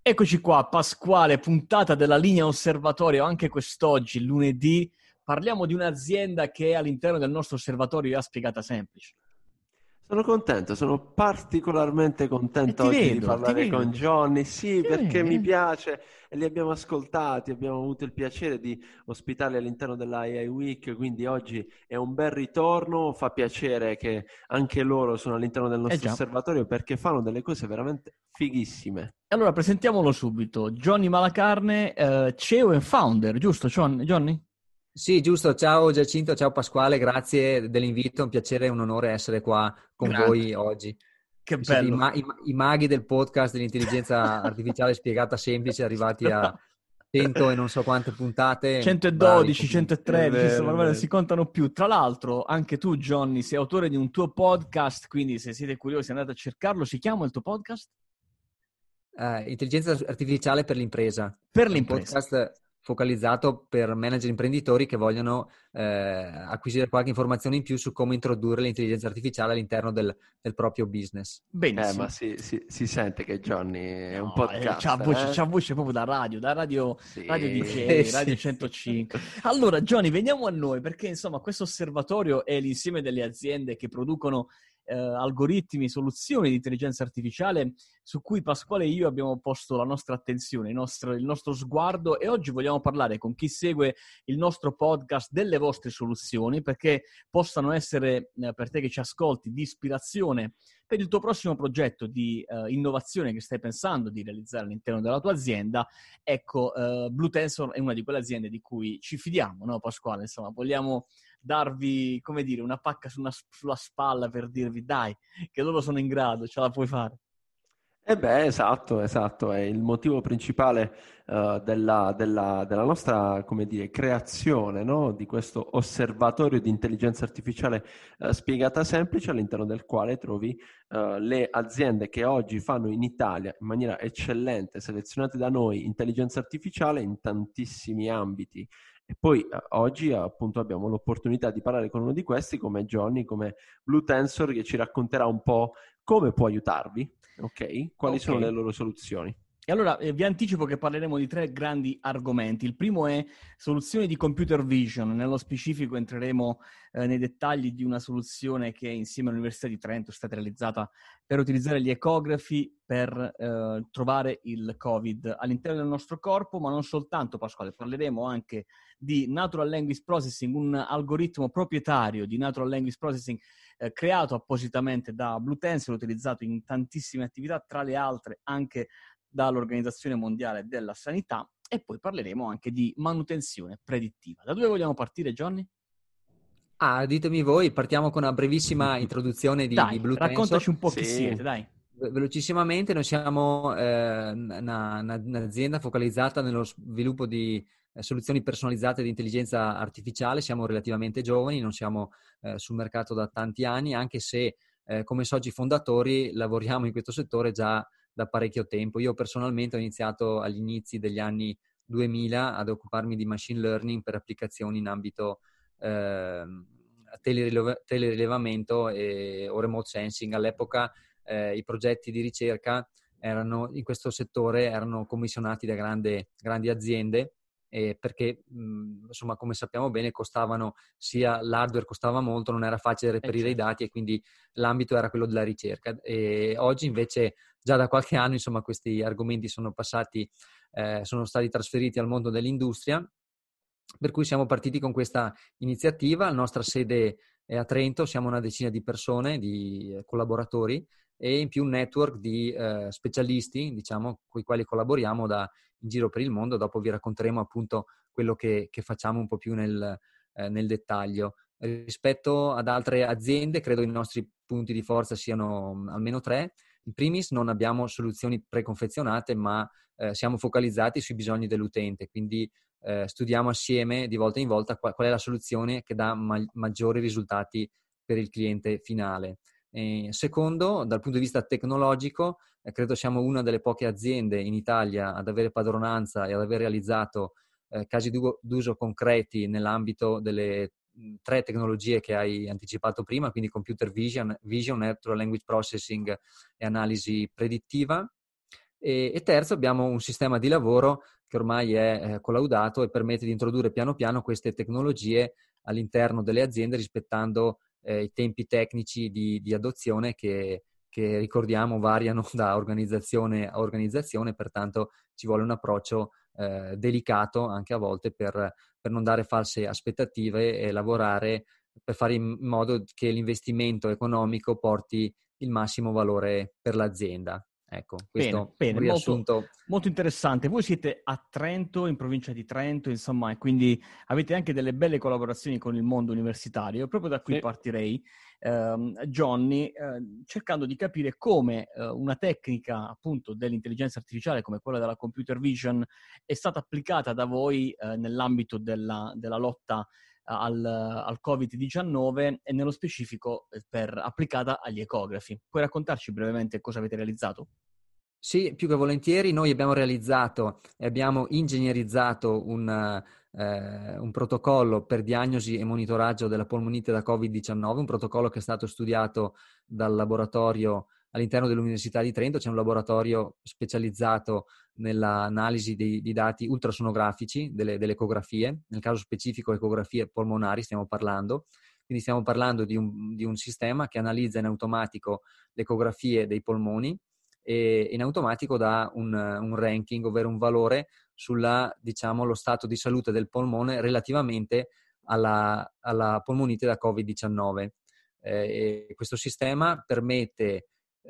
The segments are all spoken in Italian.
Eccoci qua, Pasquale, puntata della linea osservatorio anche quest'oggi, lunedì. Parliamo di un'azienda che è all'interno del nostro osservatorio e ha spiegata semplice. Sono contento, sono particolarmente E contento oggi di ti parlare vedo con così. Johnny, sì, Ti perché mi vedo. piace e li abbiamo ascoltati, abbiamo avuto il piacere di ospitarli all'interno della AI Week, quindi oggi è un bel ritorno, fa piacere che anche loro sono all'interno del Eh nostro già. osservatorio perché fanno delle cose veramente fighissime. Allora, presentiamolo subito. Johnny Malacarne, CEO e founder, giusto Johnny? Sì, giusto. Ciao Giacinto, ciao Pasquale, grazie dell'invito. È un piacere e un onore essere qua con Grazie. voi oggi. Che Siete bello. i maghi del podcast dell'intelligenza artificiale spiegata semplice, arrivati a 100 e non so quante puntate. Bravi, 112, complimenti. È 113, vero, è insomma, non vero. si contano più. Tra l'altro, anche tu, Johnny, sei autore di un tuo podcast, quindi se siete curiosi andate a cercarlo. Si chiama il tuo podcast? Intelligenza artificiale per l'impresa. Per È un l'impresa. podcast focalizzato per manager imprenditori che vogliono acquisire qualche informazione in più su come introdurre l'intelligenza artificiale all'interno del proprio business. Benissimo. Ma si sente che Johnny è un No, podcaster, c'ha voce proprio da radio Sì. DJ, Sì. Radio 105. Allora, Johnny, veniamo a noi, perché insomma questo osservatorio è l'insieme delle aziende che producono algoritmi, soluzioni di intelligenza artificiale su cui Pasquale e io abbiamo posto la nostra attenzione, il nostro sguardo, e oggi vogliamo parlare con chi segue il nostro podcast delle vostre soluzioni, perché possano essere, per te che ci ascolti, di ispirazione per il tuo prossimo progetto di innovazione che stai pensando di realizzare all'interno della tua azienda. Ecco, Blue Tensor è una di quelle aziende di cui ci fidiamo, no Pasquale? Insomma, vogliamo darvi, come dire, una pacca sulla spalla per dirvi dai, che loro sono in grado, ce la puoi fare. Eh beh, esatto, è il motivo principale della nostra, come dire, creazione, no? Di questo osservatorio di intelligenza artificiale spiegata semplice, all'interno del quale trovi le aziende che oggi fanno in Italia in maniera eccellente, selezionate da noi, intelligenza artificiale in tantissimi ambiti. E poi oggi appunto abbiamo l'opportunità di parlare con uno di questi, come Johnny, come Blue Tensor, che ci racconterà un po' come può aiutarvi. Ok? Quali Ok. sono le loro soluzioni? E allora vi anticipo che parleremo di 3 grandi argomenti. Il primo è soluzioni di computer vision. Nello specifico entreremo nei dettagli di una soluzione che insieme all'Università di Trento è stata realizzata per utilizzare gli ecografi per trovare il Covid all'interno del nostro corpo, ma non soltanto, Pasquale. Parleremo anche di Natural Language Processing, un algoritmo proprietario di Natural Language Processing creato appositamente da Blue Tensor, utilizzato in tantissime attività, tra le altre anche dall'Organizzazione Mondiale della Sanità, e poi parleremo anche di manutenzione predittiva. Da dove vogliamo partire, Johnny? Ditemi voi, partiamo con una brevissima introduzione di Dai, Blue raccontaci Tensor. un po' chi Sì. siete, dai. Velocissimamente, noi siamo un'azienda focalizzata nello sviluppo di soluzioni personalizzate di intelligenza artificiale. Siamo relativamente giovani, non siamo sul mercato da tanti anni, anche se come soci fondatori lavoriamo in questo settore già da parecchio tempo. Io personalmente ho iniziato agli inizi degli anni 2000 ad occuparmi di machine learning per applicazioni in ambito telerilevamento o remote sensing. All'epoca i progetti di ricerca in questo settore erano commissionati da grandi aziende, perché insomma, come sappiamo bene, l'hardware costava molto, non era facile reperire i Certo. dati, e quindi l'ambito era quello della ricerca. E oggi invece già da qualche anno, insomma, questi argomenti sono stati trasferiti al mondo dell'industria, per cui siamo partiti con questa iniziativa. La nostra sede è a Trento, siamo una decina di persone, di collaboratori, e in più un network di specialisti, diciamo, con i quali collaboriamo in giro per il mondo. Dopo vi racconteremo appunto quello che facciamo un po' più nel dettaglio. Rispetto ad altre aziende, credo i nostri punti di forza siano almeno 3. In primis, non abbiamo soluzioni preconfezionate, ma siamo focalizzati sui bisogni dell'utente, quindi studiamo assieme di volta in volta qual è la soluzione che dà maggiori risultati per il cliente finale. Secondo, dal punto di vista tecnologico, credo siamo una delle poche aziende in Italia ad avere padronanza e ad aver realizzato casi d'uso concreti nell'ambito delle 3 tecnologie che hai anticipato prima, quindi computer vision, natural language processing e analisi predittiva. E terzo, abbiamo un sistema di lavoro che ormai è collaudato e permette di introdurre piano piano queste tecnologie all'interno delle aziende, rispettando i tempi tecnici di adozione che ricordiamo variano da organizzazione a organizzazione, pertanto ci vuole un approccio delicato anche a volte per non dare false aspettative e lavorare per fare in modo che l'investimento economico porti il massimo valore per l'azienda. Ecco, Bene, questo è un bene, molto, riassunto. molto interessante. Voi siete a Trento, in provincia di Trento, insomma, e quindi avete anche delle belle collaborazioni con il mondo universitario. Proprio da qui Sì. partirei, Johnny, cercando di capire come una tecnica appunto dell'intelligenza artificiale come quella della computer vision è stata applicata da voi nell'ambito della lotta al Covid-19 e nello specifico applicata agli ecografi. Puoi raccontarci brevemente cosa avete realizzato? Sì, più che volentieri. Noi abbiamo realizzato e abbiamo ingegnerizzato un protocollo per diagnosi e monitoraggio della polmonite da Covid-19, un protocollo che è stato studiato dal laboratorio all'interno dell'Università di Trento. C'è un laboratorio specializzato nell'analisi di dati ultrasonografici, delle ecografie, nel caso specifico ecografie polmonari stiamo parlando. Quindi stiamo parlando di un sistema che analizza in automatico le ecografie dei polmoni e in automatico dà un ranking, ovvero un valore diciamo, lo stato di salute del polmone relativamente alla polmonite da Covid-19. E questo sistema permette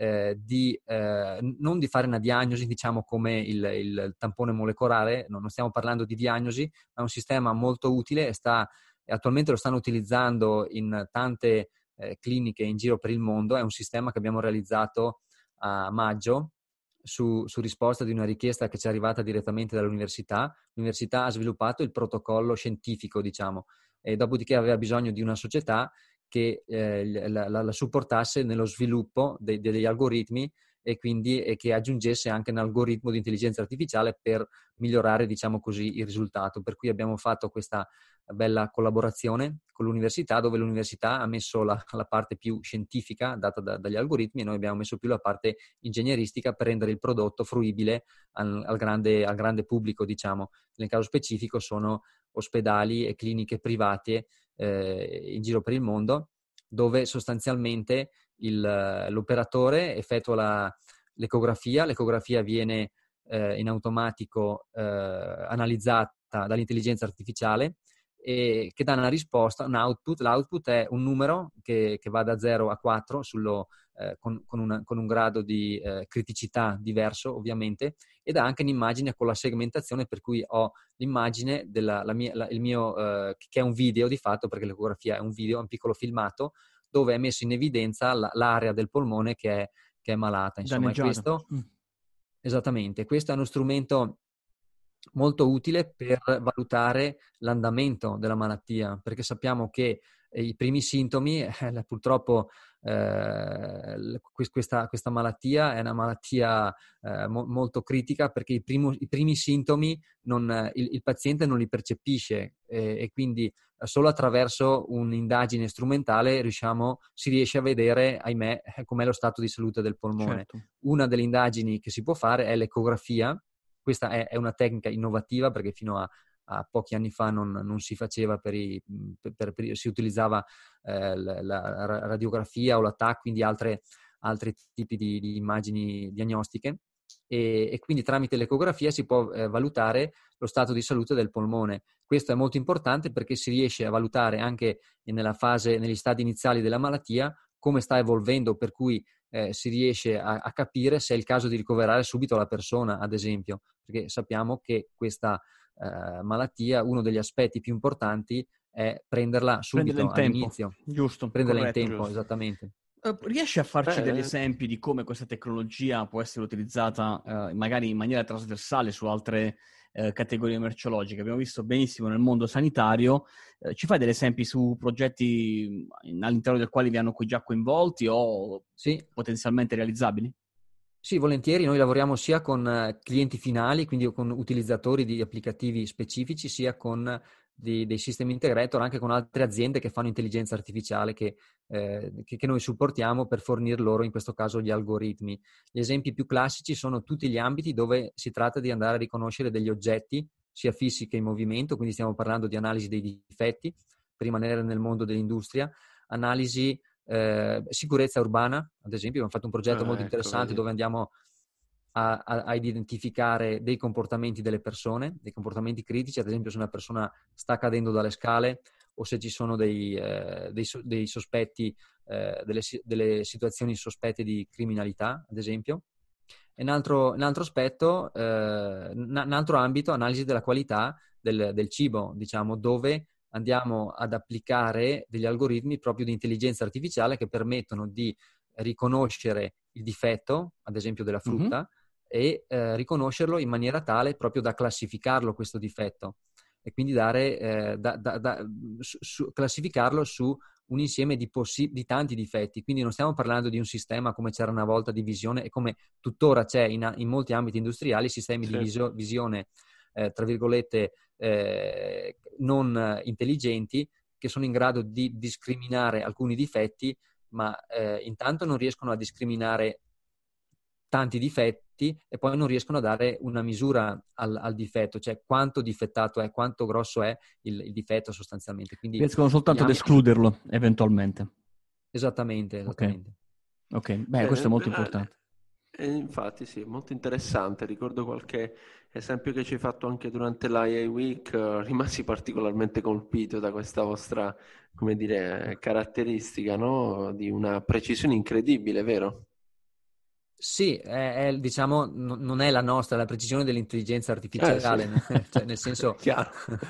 non di fare una diagnosi, diciamo, come il tampone molecolare, non stiamo parlando di diagnosi, ma è un sistema molto utile e attualmente lo stanno utilizzando in tante cliniche in giro per il mondo. È un sistema che abbiamo realizzato a maggio su risposta di una richiesta che ci è arrivata direttamente dall'università. L'università ha sviluppato il protocollo scientifico, diciamo, e dopodiché aveva bisogno di una società che la supportasse nello sviluppo degli algoritmi e quindi che aggiungesse anche un algoritmo di intelligenza artificiale per migliorare, diciamo così, il risultato. Per cui abbiamo fatto questa bella collaborazione con l'università, dove l'università ha messo la parte più scientifica data dagli algoritmi e noi abbiamo messo più la parte ingegneristica per rendere il prodotto fruibile al grande pubblico, diciamo. Nel caso specifico sono ospedali e cliniche private in giro per il mondo, dove sostanzialmente l'operatore effettua l'ecografia viene in automatico analizzata dall'intelligenza artificiale e che dà una risposta, un output. L'output è un numero che va da 0 a 4 con un grado di criticità diverso, ovviamente, ed ha anche un'immagine con la segmentazione, per cui ho l'immagine il mio che è un video di fatto, perché l'ecografia è un video, è un piccolo filmato dove è messo in evidenza l'area del polmone che è malata, insomma. E questo, esattamente, questo è uno strumento molto utile per valutare l'andamento della malattia, perché sappiamo che i primi sintomi, purtroppo questa malattia è una malattia molto critica, perché i primi sintomi il paziente non li percepisce e quindi solo attraverso un'indagine strumentale si riesce a vedere, ahimè, com'è lo stato di salute del polmone. Certo. Una delle indagini che si può fare è l'ecografia. Questa è una tecnica innovativa, perché fino a pochi anni fa non si faceva si utilizzava la radiografia o la TAC, quindi altri tipi di immagini diagnostiche e quindi tramite l'ecografia si può valutare lo stato di salute del polmone. Questo è molto importante perché si riesce a valutare anche negli stadi iniziali della malattia come sta evolvendo, per cui si riesce a capire se è il caso di ricoverare subito la persona, ad esempio, perché sappiamo che questa malattia, uno degli aspetti più importanti è prenderla subito, all'inizio. Giusto, prenderla corretto, in tempo, giusto. esattamente. Riesci a farci degli esempi di come questa tecnologia può essere utilizzata magari in maniera trasversale su altre categorie merceologiche? Abbiamo visto benissimo nel mondo sanitario. Ci fai degli esempi su progetti all'interno del quali vi hanno già coinvolti o Sì. potenzialmente realizzabili? Sì, volentieri. Noi lavoriamo sia con clienti finali, quindi con utilizzatori di applicativi specifici, sia con dei system integrator anche con altre aziende che fanno intelligenza artificiale che noi supportiamo per fornir loro in questo caso gli algoritmi. Gli esempi più classici sono tutti gli ambiti dove si tratta di andare a riconoscere degli oggetti sia fissi che in movimento, quindi stiamo parlando di analisi dei difetti per rimanere nel mondo dell'industria, analisi sicurezza urbana, ad esempio abbiamo fatto un progetto molto interessante vedi. dove andiamo ad identificare dei comportamenti delle persone, dei comportamenti critici, ad esempio se una persona sta cadendo dalle scale o se ci sono dei sospetti, delle situazioni sospette di criminalità, ad esempio. E un altro aspetto, un altro ambito, analisi della qualità del cibo, diciamo, dove andiamo ad applicare degli algoritmi proprio di intelligenza artificiale che permettono di riconoscere il difetto, ad esempio della frutta, e riconoscerlo in maniera tale proprio da classificarlo questo difetto e quindi dare classificarlo su un insieme di tanti difetti. Quindi non stiamo parlando di un sistema come c'era una volta di visione e come tuttora c'è in molti ambiti industriali, sistemi di visione tra virgolette non intelligenti che sono in grado di discriminare alcuni difetti, ma intanto non riescono a discriminare tanti difetti e poi non riescono a dare una misura al difetto, cioè quanto difettato è, quanto grosso è il difetto sostanzialmente. Quindi riescono soltanto ad escluderlo eventualmente. Esattamente. Ok, beh, questo è molto importante. Infatti sì, molto interessante. Ricordo qualche esempio che ci hai fatto anche durante l'IA Week, rimasi particolarmente colpito da questa vostra, come dire, caratteristica, no? Di una precisione incredibile, vero? Sì, diciamo, non è la nostra, è la precisione dell'intelligenza artificiale, Sì. cioè, nel senso, Chiaro.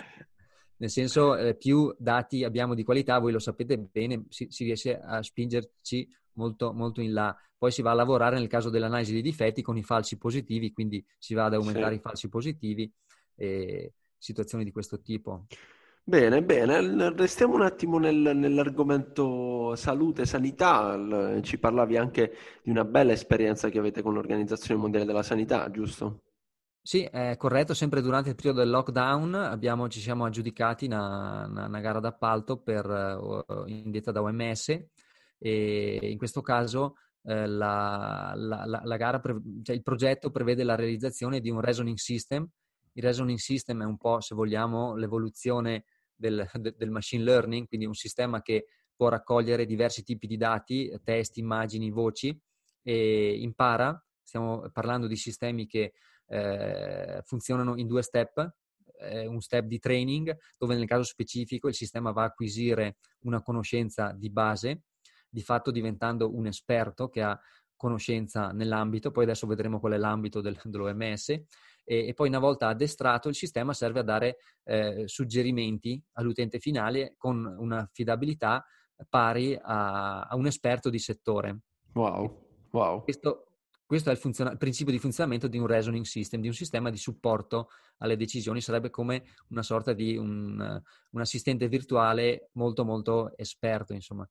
più dati abbiamo di qualità, voi lo sapete bene, si riesce a spingerci molto, molto in là. Poi si va a lavorare nel caso dell'analisi dei difetti con i falsi positivi, quindi si va ad aumentare i falsi positivi e situazioni di questo tipo. Bene, restiamo un attimo nell'argomento salute, sanità. Ci parlavi anche di una bella esperienza che avete con l'Organizzazione Mondiale della Sanità, giusto? Sì, è corretto, sempre durante il periodo del lockdown ci siamo aggiudicati una gara d'appalto indetta da OMS e in questo caso la gara, cioè il progetto prevede la realizzazione di un reasoning system. Il reasoning system è un po', se vogliamo, l'evoluzione del machine learning, quindi un sistema che può raccogliere diversi tipi di dati, testi, immagini, voci e impara. Stiamo parlando di sistemi che funzionano in 2 step, un step di training dove nel caso specifico il sistema va a acquisire una conoscenza di base, di fatto diventando un esperto che ha conoscenza nell'ambito, poi adesso vedremo qual è l'ambito dell'OMS e poi una volta addestrato il sistema serve a dare suggerimenti all'utente finale con un'affidabilità pari a un esperto di settore. Wow. Questo è il principio di funzionamento di un reasoning system, di un sistema di supporto alle decisioni, sarebbe come una sorta di un assistente virtuale molto molto esperto, insomma.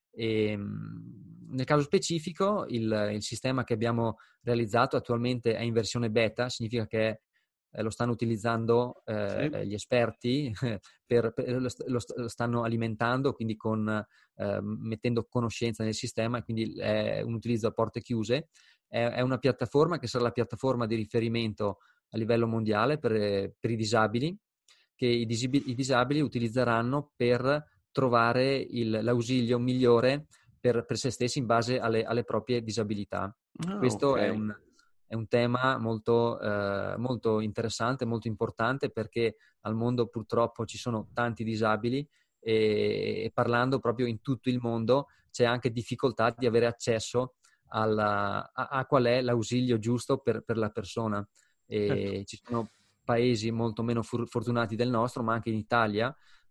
Nel caso specifico il sistema che abbiamo realizzato attualmente è in versione beta, significa che lo stanno utilizzando gli esperti, lo stanno alimentando, quindi mettendo conoscenza nel sistema, quindi è un utilizzo a porte chiuse. È una piattaforma che sarà la piattaforma di riferimento a livello mondiale per i disabili, che i disabili utilizzeranno per trovare l'ausilio migliore per se stessi in base alle proprie disabilità. Questo Ok. è un tema molto, molto interessante, molto importante perché al mondo purtroppo ci sono tanti disabili e parlando proprio in tutto il mondo c'è anche difficoltà di avere accesso a qual è l'ausilio giusto per la persona. E ci sono paesi molto meno fortunati del nostro, ma anche in Italia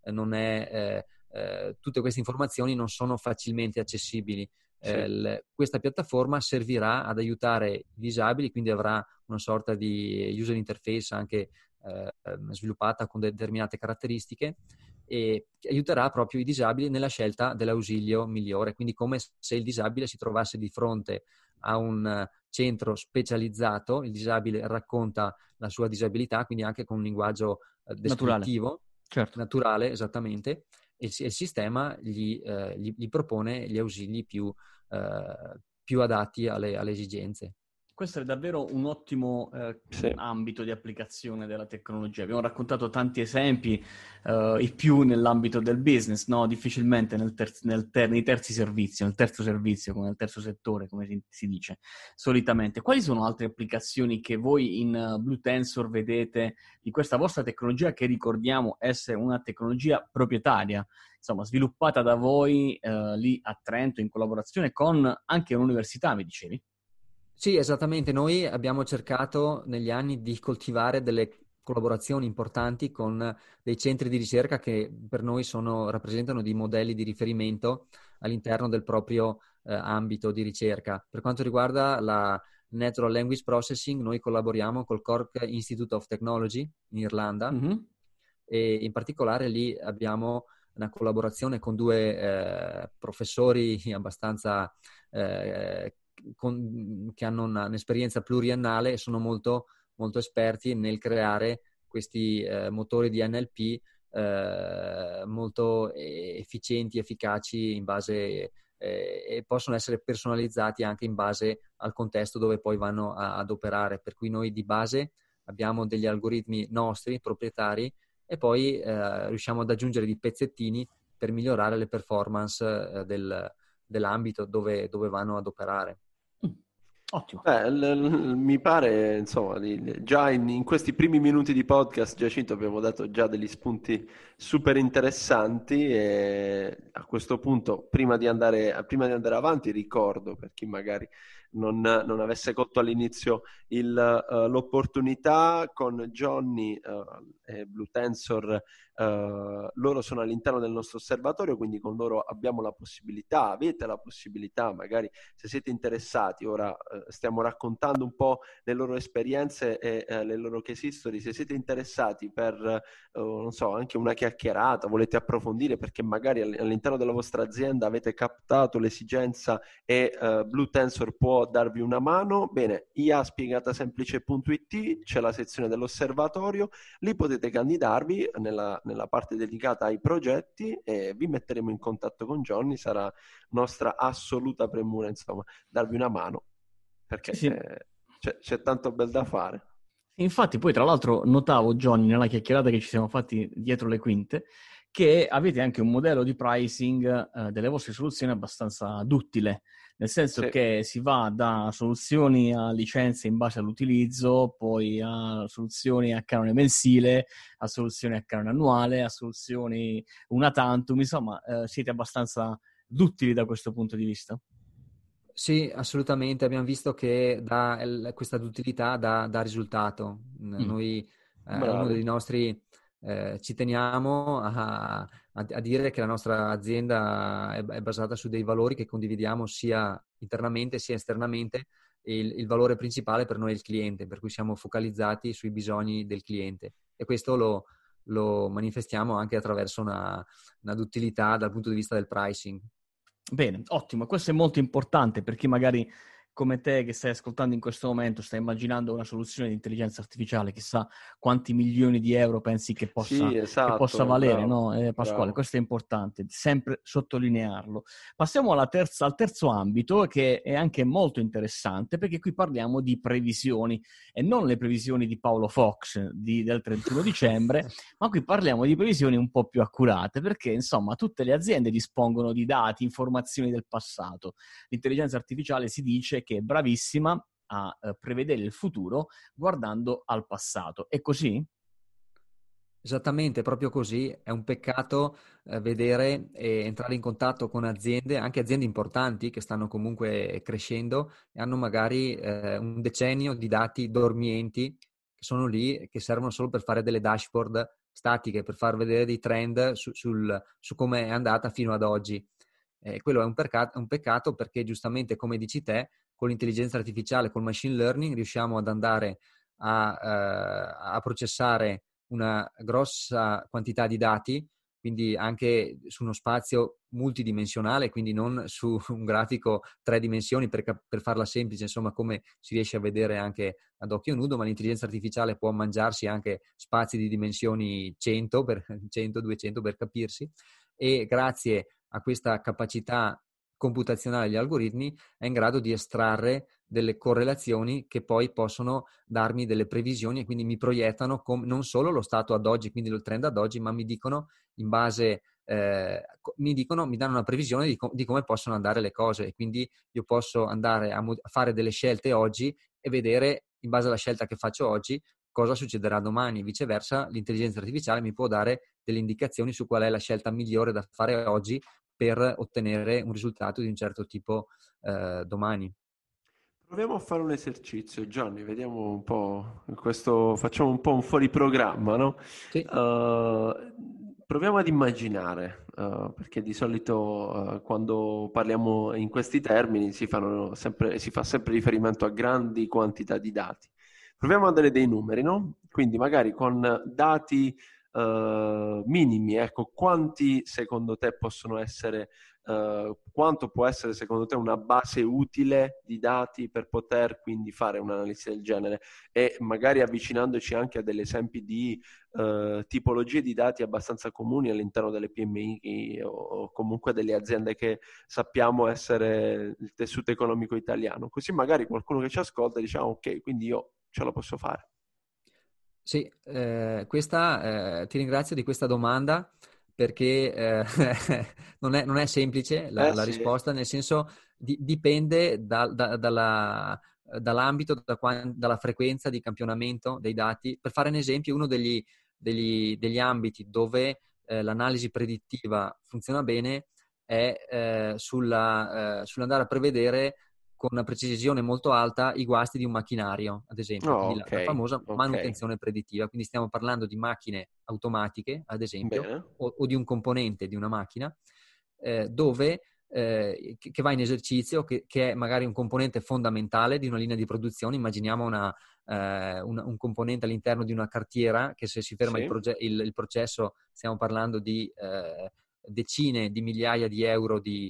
tutte queste informazioni non sono facilmente accessibili. Questa piattaforma servirà ad aiutare i disabili, quindi avrà una sorta di user interface anche sviluppata con determinate caratteristiche e aiuterà proprio i disabili nella scelta dell'ausilio migliore, quindi come se il disabile si trovasse di fronte a un centro specializzato, il disabile racconta la sua disabilità, quindi anche con un linguaggio descrittivo, Certo. naturale, esattamente, e il sistema gli propone gli ausili più adatti alle esigenze. Questo è davvero un ottimo Sì. ambito di applicazione della tecnologia. Abbiamo raccontato tanti esempi, i più nell'ambito del business, no? Difficilmente nei terzi servizi, nel terzo servizio, come nel terzo settore, come si dice solitamente. Quali sono altre applicazioni che voi in Blue Tensor vedete di questa vostra tecnologia, che ricordiamo essere una tecnologia proprietaria, insomma, sviluppata da voi lì a Trento in collaborazione con anche un'università, mi dicevi? Sì, esattamente. Noi abbiamo cercato negli anni di coltivare delle collaborazioni importanti con dei centri di ricerca che per noi rappresentano dei modelli di riferimento all'interno del proprio ambito di ricerca. Per quanto riguarda la Natural Language Processing, noi collaboriamo col Cork Institute of Technology in Irlanda, Mm-hmm. e in particolare lì abbiamo una collaborazione con due professori abbastanza che hanno un'esperienza pluriennale e sono molto, molto esperti nel creare questi motori di NLP molto efficienti, efficaci in base e possono essere personalizzati anche in base al contesto dove poi vanno ad operare. Per cui noi di base abbiamo degli algoritmi nostri, proprietari, e poi riusciamo ad aggiungere dei pezzettini per migliorare le performance dell'ambito dove vanno ad operare. Ottimo. Mi pare, insomma, già in questi primi minuti di podcast, Giacinto, abbiamo dato già degli spunti super interessanti, e a questo punto, prima di andare avanti, ricordo per chi magari non avesse colto all'inizio l'opportunità con Johnny e Blue Tensor. Loro sono all'interno del nostro osservatorio, quindi con loro avete la possibilità, magari se siete interessati, ora stiamo raccontando un po' le loro esperienze e le loro case history. Se siete interessati per, non so, anche una chiacchierata, volete approfondire perché magari all'interno della vostra azienda avete captato l'esigenza e Blue Tensor può darvi una mano, bene, iaspiegatasemplice.it c'è la sezione dell'osservatorio, lì potete candidarvi nella parte dedicata ai progetti e vi metteremo in contatto con Johnny. Sarà nostra assoluta premura, insomma, darvi una mano, perché Sì. c'è tanto bel da fare. Infatti poi tra l'altro notavo, Johnny, nella chiacchierata che ci siamo fatti dietro le quinte, che avete anche un modello di pricing delle vostre soluzioni abbastanza duttile, nel senso Sì. che si va da soluzioni a licenze in base all'utilizzo, poi a soluzioni a canone mensile, a soluzioni a canone annuale, a soluzioni una tantum, insomma, siete abbastanza duttili da questo punto di vista. Sì, assolutamente. Abbiamo visto che questa utilità dà risultato. Noi, è uno dei nostri, ci teniamo a dire che la nostra azienda è basata su dei valori che condividiamo sia internamente sia esternamente. E il valore principale per noi è il cliente, per cui siamo focalizzati sui bisogni del cliente, e questo lo manifestiamo anche attraverso una utilità dal punto di vista del pricing. Bene, ottimo. Questo è molto importante per chi magari come te che stai ascoltando in questo momento sta immaginando una soluzione di intelligenza artificiale, chissà quanti milioni di euro pensi che possa, Sì, esatto, che possa valere, bravo, no? Pasquale, bravo. questo è importante, sempre sottolinearlo. Passiamo al terzo ambito, che è anche molto interessante, perché qui parliamo di previsioni, e non le previsioni di Paolo Fox del 31 dicembre, ma qui parliamo di previsioni un po' più accurate, perché insomma tutte le aziende dispongono di dati, informazioni del passato. L'intelligenza artificiale si dice che è bravissima a prevedere il futuro guardando al passato. È così? Esattamente, proprio così. È un peccato vedere e entrare in contatto con aziende, anche aziende importanti che stanno comunque crescendo e hanno magari un decennio di dati dormienti che sono lì, che servono solo per fare delle dashboard statiche, per far vedere dei trend su come è andata fino ad oggi. Quello è un peccato perché giustamente, come dici te, con l'intelligenza artificiale, col machine learning, riusciamo ad andare a processare una grossa quantità di dati, quindi anche su uno spazio multidimensionale, quindi non su un grafico 3 dimensioni per farla semplice, insomma, come si riesce a vedere anche ad occhio nudo, ma l'intelligenza artificiale può mangiarsi anche spazi di dimensioni 100 per 100, 200 per capirsi, e grazie a questa capacità computazionale degli algoritmi è in grado di estrarre delle correlazioni che poi possono darmi delle previsioni e quindi mi proiettano non solo lo stato ad oggi, quindi il trend ad oggi, ma mi dicono in base, mi danno una previsione di come possono andare le cose, e quindi io posso andare a fare delle scelte oggi e vedere in base alla scelta che faccio oggi cosa succederà domani. Viceversa, l'intelligenza artificiale mi può dare delle indicazioni su qual è la scelta migliore da fare oggi per ottenere un risultato di un certo tipo domani. Proviamo a fare un esercizio, Gianni, vediamo un po' facciamo un po' un fuori programma, no? Sì. Proviamo ad immaginare, perché di solito quando parliamo in questi termini si fa sempre riferimento a grandi quantità di dati. Proviamo a dare dei numeri, no? Quindi magari con dati minimi, ecco, quanti secondo te possono essere, quanto può essere secondo te una base utile di dati per poter quindi fare un'analisi del genere, e magari avvicinandoci anche a degli esempi di tipologie di dati abbastanza comuni all'interno delle PMI o comunque delle aziende che sappiamo essere il tessuto economico italiano, così magari qualcuno che ci ascolta dice ok, quindi io ce la posso fare. Sì, ti ringrazio di questa domanda, perché non è semplice la Sì. risposta, nel senso dipende dall'ambito, dalla frequenza di campionamento dei dati. Per fare un esempio, uno degli ambiti dove l'analisi predittiva funziona bene è sull'andare a prevedere con una precisione molto alta i guasti di un macchinario, ad esempio, quindi la famosa manutenzione predittiva. Quindi stiamo parlando di macchine automatiche, ad esempio, o di un componente di una macchina dove che va in esercizio, che è magari un componente fondamentale di una linea di produzione. Immaginiamo un componente all'interno di una cartiera che, se si ferma il processo, stiamo parlando di decine di migliaia di euro di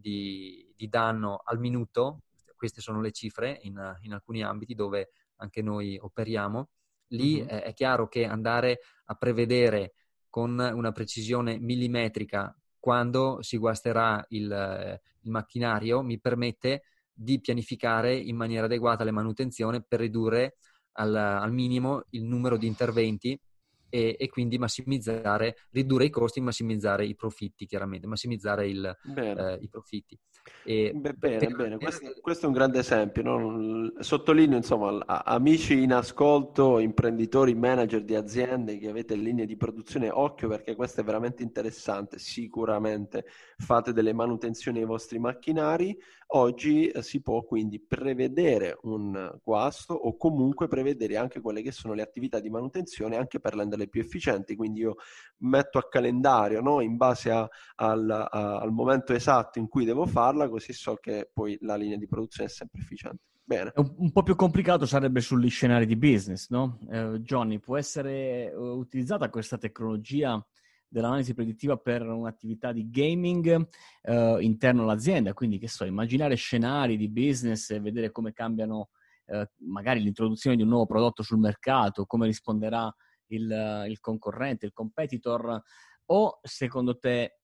danno al minuto. Queste sono le cifre in alcuni ambiti dove anche noi operiamo. Lì è chiaro che andare a prevedere con una precisione millimetrica quando si guasterà il macchinario mi permette di pianificare in maniera adeguata le manutenzioni per ridurre al minimo il numero di interventi e quindi ridurre i costi, massimizzare i profitti, chiaramente, massimizzare i profitti. Bene. Questo è un grande esempio, no? Sottolineo, insomma, amici in ascolto, imprenditori, manager di aziende che avete linee di produzione, occhio, perché questo è veramente interessante. Sicuramente fate delle manutenzioni ai vostri macchinari. Oggi si può quindi prevedere un guasto o comunque prevedere anche quelle che sono le attività di manutenzione, anche per renderle più efficienti. Quindi io metto a calendario, no? In base al momento esatto in cui devo farla, così so che poi la linea di produzione è sempre efficiente. Bene. Un po' più complicato sarebbe sugli scenari di business, no? Johnny, può essere utilizzata questa tecnologia dell'analisi predittiva per un'attività di gaming interno all'azienda? Quindi, che so, immaginare scenari di business e vedere come cambiano magari l'introduzione di un nuovo prodotto sul mercato, come risponderà il concorrente, il competitor, o secondo te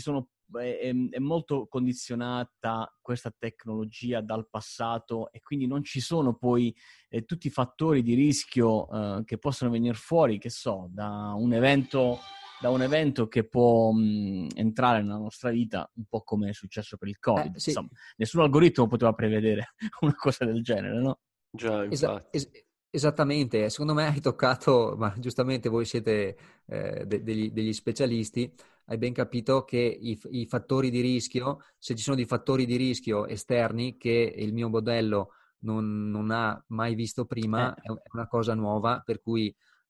è molto condizionata questa tecnologia dal passato e quindi non ci sono poi tutti i fattori di rischio che possono venire fuori, che so, da un evento che può entrare nella nostra vita, un po' come è successo per il Covid. Sì. Insomma, nessun algoritmo poteva prevedere una cosa del genere, no? Già, infatti. Esattamente, secondo me hai toccato, ma giustamente voi siete degli specialisti, hai ben capito che i fattori di rischio, se ci sono dei fattori di rischio esterni che il mio modello non ha mai visto prima, è una cosa nuova, per cui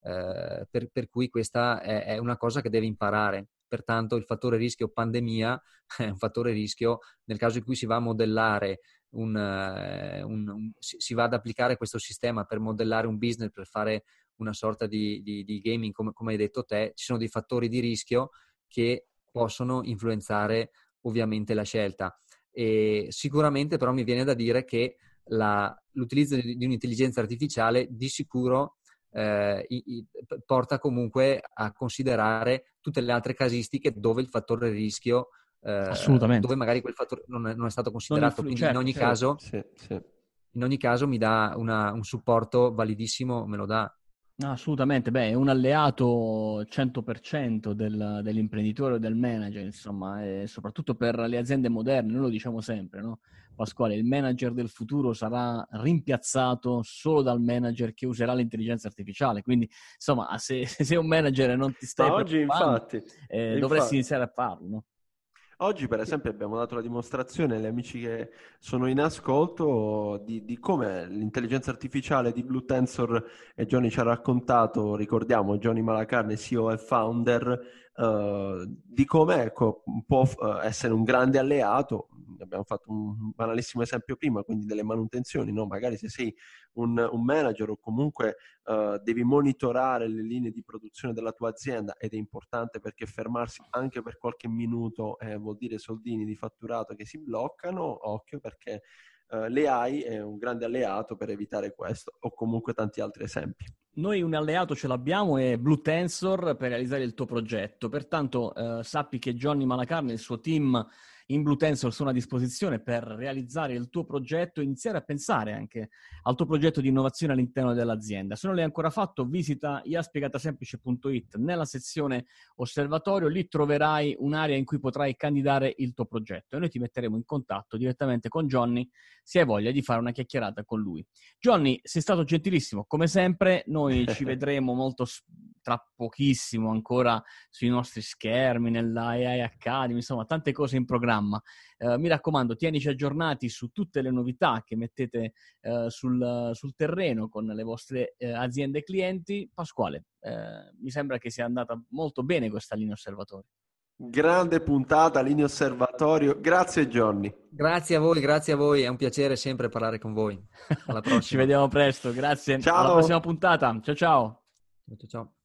questa è una cosa che deve imparare. Pertanto il fattore rischio pandemia è un fattore rischio nel caso in cui si va a modellare si va ad applicare questo sistema per modellare un business, per fare una sorta di gaming, come hai detto te. Ci sono dei fattori di rischio che possono influenzare ovviamente la scelta. E sicuramente però mi viene da dire che l'utilizzo di un'intelligenza artificiale di sicuro porta comunque a considerare tutte le altre casistiche dove il fattore rischio, Assolutamente. dove magari quel fattore non è stato considerato. Quindi certo, in ogni certo. caso, Sì, sì. in ogni caso mi dà un supporto validissimo, me lo dà. Assolutamente, beh, è un alleato 100% dell'imprenditore o del manager, insomma, e soprattutto per le aziende moderne, noi lo diciamo sempre, no? Pasquale, il manager del futuro sarà rimpiazzato solo dal manager che userà l'intelligenza artificiale, quindi insomma, se sei un manager e non ti stai Ma oggi preoccupando, dovresti infatti, iniziare a farlo, no? oggi per esempio abbiamo dato la dimostrazione agli amici che sono in ascolto di come l'intelligenza artificiale di Blue Tensor, e Johnny ci ha raccontato, ricordiamo Johnny Malacarne, CEO e founder, di come può essere un grande alleato. Abbiamo fatto un banalissimo esempio prima, quindi delle manutenzioni, no? Magari se sei un manager o comunque devi monitorare le linee di produzione della tua azienda, ed è importante perché fermarsi anche per qualche minuto vuol dire soldini di fatturato che si bloccano. Occhio, perché l'AI è un grande alleato per evitare questo, o comunque tanti altri esempi. Noi un alleato ce l'abbiamo, è Blue Tensor, per realizzare il tuo progetto. Pertanto sappi che Johnny Malacarne e il suo team in Blue Tensor sono a disposizione per realizzare il tuo progetto e iniziare a pensare anche al tuo progetto di innovazione all'interno dell'azienda. Se non l'hai ancora fatto, visita iaspiegatasemplice.it nella sezione osservatorio, lì troverai un'area in cui potrai candidare il tuo progetto e noi ti metteremo in contatto direttamente con Johnny se hai voglia di fare una chiacchierata con lui. Johnny, sei stato gentilissimo, come sempre. Noi ci vedremo tra pochissimo ancora sui nostri schermi, nella AI Academy, insomma, tante cose in programma. Mi raccomando, tienici aggiornati su tutte le novità che mettete sul terreno con le vostre aziende clienti. Pasquale, mi sembra che sia andata molto bene questa linea osservatorio. Grande puntata, linea osservatorio. Grazie Johnny. Grazie a voi, è un piacere sempre parlare con voi. Alla prossima. Ci vediamo presto, grazie. Ciao. Alla prossima puntata. Ciao ciao. Ciao.